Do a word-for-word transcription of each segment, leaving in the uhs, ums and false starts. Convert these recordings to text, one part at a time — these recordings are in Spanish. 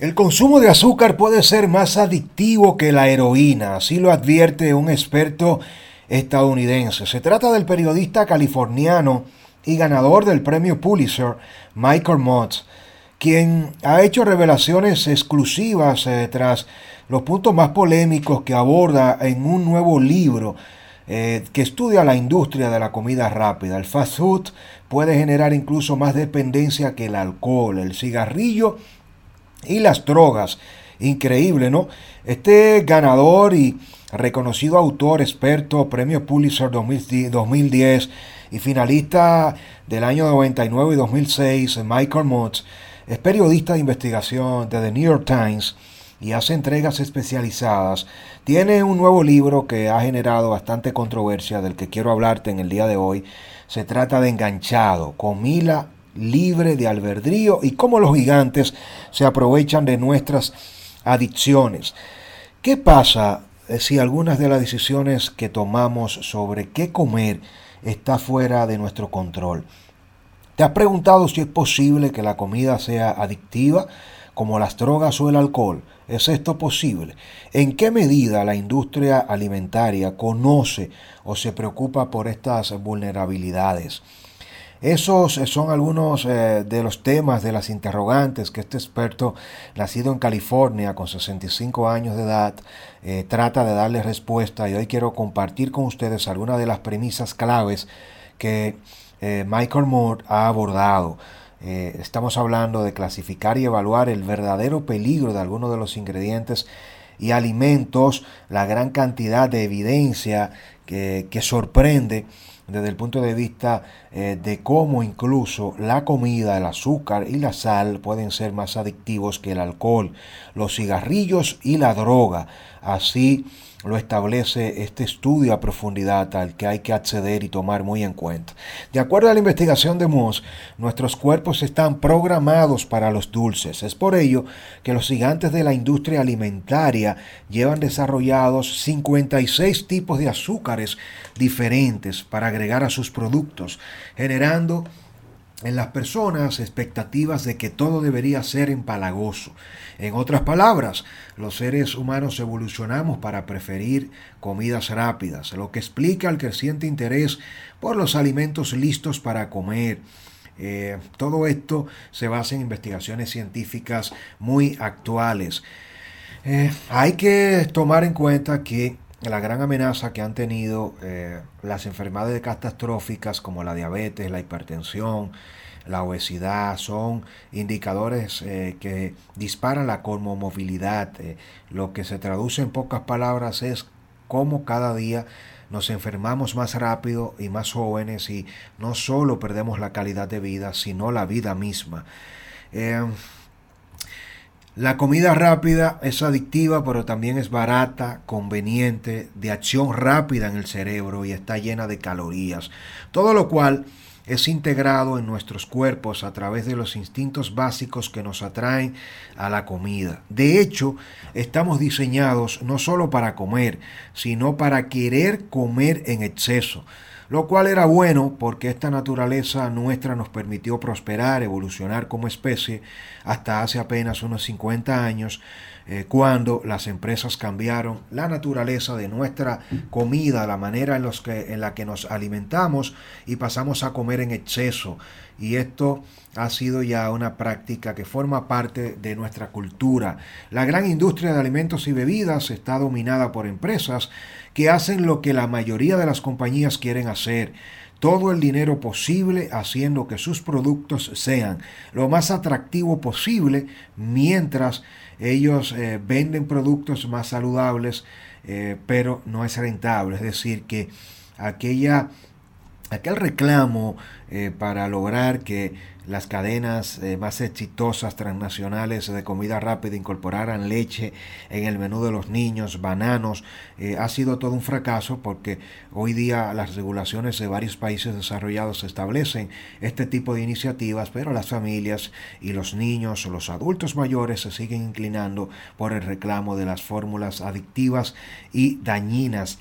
El consumo de azúcar puede ser más adictivo que la heroína, así lo advierte un experto estadounidense. Se trata del periodista californiano y ganador del premio Pulitzer, Michael Moss, quien ha hecho revelaciones exclusivas eh, tras los puntos más polémicos que aborda en un nuevo libro eh, que estudia la industria de la comida rápida. El fast food puede generar incluso más dependencia que el alcohol, el cigarrillo y las drogas. Increíble, ¿no? Este ganador y reconocido autor, experto, premio Pulitzer dos mil diez y finalista del año noventa y nueve y dos mil seis, Michael Moss, es periodista de investigación de The New York Times y hace entregas especializadas. Tiene un nuevo libro que ha generado bastante controversia, del que quiero hablarte en el día de hoy. Se trata de Enganchado, comida libre de albedrío y cómo los gigantes se aprovechan de nuestras adicciones. ¿Qué pasa si algunas de las decisiones que tomamos sobre qué comer está fuera de nuestro control? ¿Te has preguntado si es posible que la comida sea adictiva, como las drogas o el alcohol? ¿Es esto posible? ¿En qué medida la industria alimentaria conoce o se preocupa por estas vulnerabilidades? Esos son algunos eh, de los temas, de las interrogantes que este experto, nacido en California con sesenta y cinco años de edad, eh, trata de darle respuesta, y hoy quiero compartir con ustedes algunas de las premisas claves que eh, Michael Moss ha abordado. Eh, estamos hablando de clasificar y evaluar el verdadero peligro de algunos de los ingredientes y alimentos, la gran cantidad de evidencia que, que sorprende desde el punto de vista eh, de cómo incluso la comida, el azúcar y la sal pueden ser más adictivos que el alcohol, los cigarrillos y la droga. Así lo establece este estudio a profundidad al que hay que acceder y tomar muy en cuenta. De acuerdo a la investigación de Moss, nuestros cuerpos están programados para los dulces. Es por ello que los gigantes de la industria alimentaria llevan desarrollados cincuenta y seis tipos de azúcares diferentes para agregar a sus productos, generando en las personas expectativas de que todo debería ser empalagoso. En otras palabras, los seres humanos evolucionamos para preferir comidas rápidas, lo que explica el creciente interés por los alimentos listos para comer. Eh, todo esto se basa en investigaciones científicas muy actuales. Eh, hay que tomar en cuenta que la gran amenaza que han tenido eh, las enfermedades catastróficas como la diabetes, la hipertensión, la obesidad, son indicadores eh, que disparan la comorbilidad. Eh, lo que se traduce en pocas palabras es cómo cada día nos enfermamos más rápido y más jóvenes, y no solo perdemos la calidad de vida, sino la vida misma. Eh, La comida rápida es adictiva, pero también es barata, conveniente, de acción rápida en el cerebro y está llena de calorías. Todo lo cual es integrado en nuestros cuerpos a través de los instintos básicos que nos atraen a la comida. De hecho, estamos diseñados no solo para comer, sino para querer comer en exceso, lo cual era bueno porque esta naturaleza nuestra nos permitió prosperar, evolucionar como especie hasta hace apenas unos cincuenta años, eh, cuando las empresas cambiaron la naturaleza de nuestra comida, la manera en, los que, en la que nos alimentamos, y pasamos a comer en exceso. Y esto ha sido ya una práctica que forma parte de nuestra cultura. La gran industria de alimentos y bebidas está dominada por empresas que hacen lo que la mayoría de las compañías quieren hacer: todo el dinero posible haciendo que sus productos sean lo más atractivo posible, mientras ellos eh, venden productos más saludables, eh, pero no es rentable. Es decir, que aquella aquel reclamo eh, para lograr que las cadenas eh, más exitosas transnacionales de comida rápida incorporaran leche en el menú de los niños, bananos, eh, ha sido todo un fracaso, porque hoy día las regulaciones de varios países desarrollados establecen este tipo de iniciativas, pero las familias y los niños o los adultos mayores se siguen inclinando por el reclamo de las fórmulas adictivas y dañinas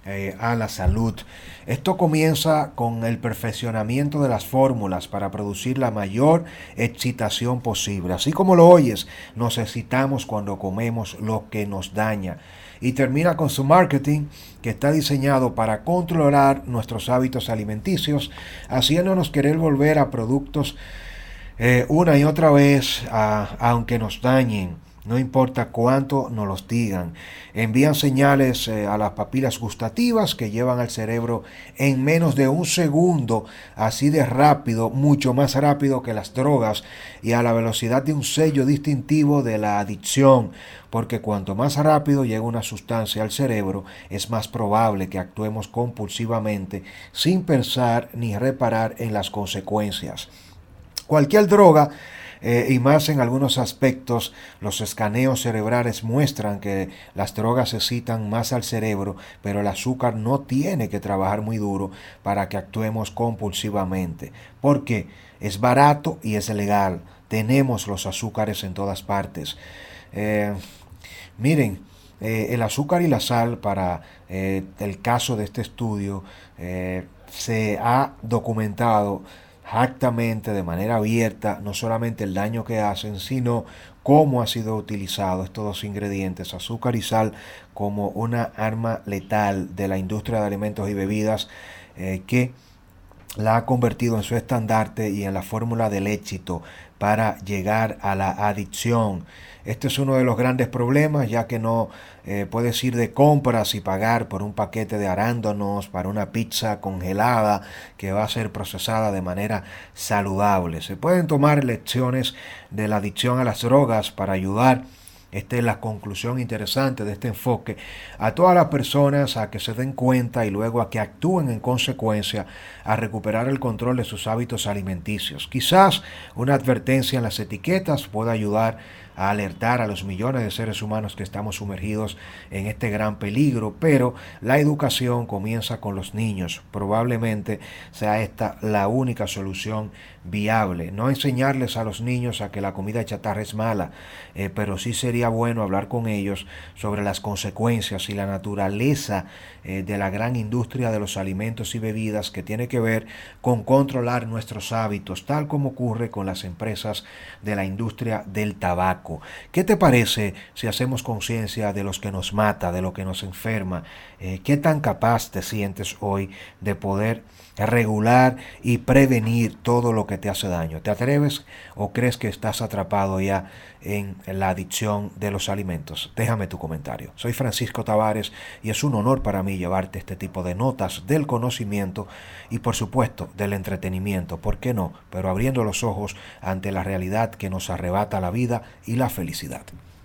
eh, a la salud. Esto comienza con el perfeccionamiento de las fórmulas para producir la mayor excitación posible. Así como lo oyes, nos excitamos cuando comemos lo que nos daña. Y termina con su marketing, que está diseñado para controlar nuestros hábitos alimenticios, haciéndonos querer volver a productos eh, una y otra vez, a, aunque nos dañen. No importa cuánto nos los digan. Envían señales eh, a las papilas gustativas que llevan al cerebro en menos de un segundo, así de rápido, mucho más rápido que las drogas y a la velocidad de un sello distintivo de la adicción, porque cuanto más rápido llega una sustancia al cerebro, es más probable que actuemos compulsivamente sin pensar ni reparar en las consecuencias. Cualquier droga, eh, y más en algunos aspectos, los escaneos cerebrales muestran que las drogas excitan más al cerebro, pero el azúcar no tiene que trabajar muy duro para que actuemos compulsivamente. Porque es barato y es legal. Tenemos los azúcares en todas partes. Eh, miren, eh, el azúcar y la sal, para eh, el caso de este estudio, eh, se ha documentado exactamente, de manera abierta, no solamente el daño que hacen, sino cómo ha sido utilizado estos dos ingredientes, azúcar y sal, como una arma letal de la industria de alimentos y bebidas, eh, que la ha convertido en su estandarte y en la fórmula del éxito para llegar a la adicción. Este es uno de los grandes problemas, ya que no eh, puedes ir de compras y pagar por un paquete de arándanos, para una pizza congelada que va a ser procesada de manera saludable. Se pueden tomar lecciones de la adicción a las drogas para ayudar. Esta es la conclusión interesante de este enfoque, a todas las personas a que se den cuenta y luego a que actúen en consecuencia a recuperar el control de sus hábitos alimenticios. Quizás una advertencia en las etiquetas pueda ayudar a alertar a los millones de seres humanos que estamos sumergidos en este gran peligro, pero la educación comienza con los niños. Probablemente sea esta la única solución viable. No enseñarles a los niños a que la comida chatarra es mala, eh, pero sí sería bueno hablar con ellos sobre las consecuencias y la naturaleza eh, de la gran industria de los alimentos y bebidas, que tiene que ver con controlar nuestros hábitos, tal como ocurre con las empresas de la industria del tabaco. ¿Qué te parece si hacemos conciencia de los que nos mata, de lo que nos enferma? Eh, ¿Qué tan capaz te sientes hoy de poder regular y prevenir todo lo que te hace daño? ¿Te atreves o crees que estás atrapado ya en la adicción de los alimentos? Déjame tu comentario. Soy Francisco Tavares y es un honor para mí llevarte este tipo de notas del conocimiento y, por supuesto, del entretenimiento. ¿Por qué no? Pero abriendo los ojos ante la realidad que nos arrebata la vida y la felicidad.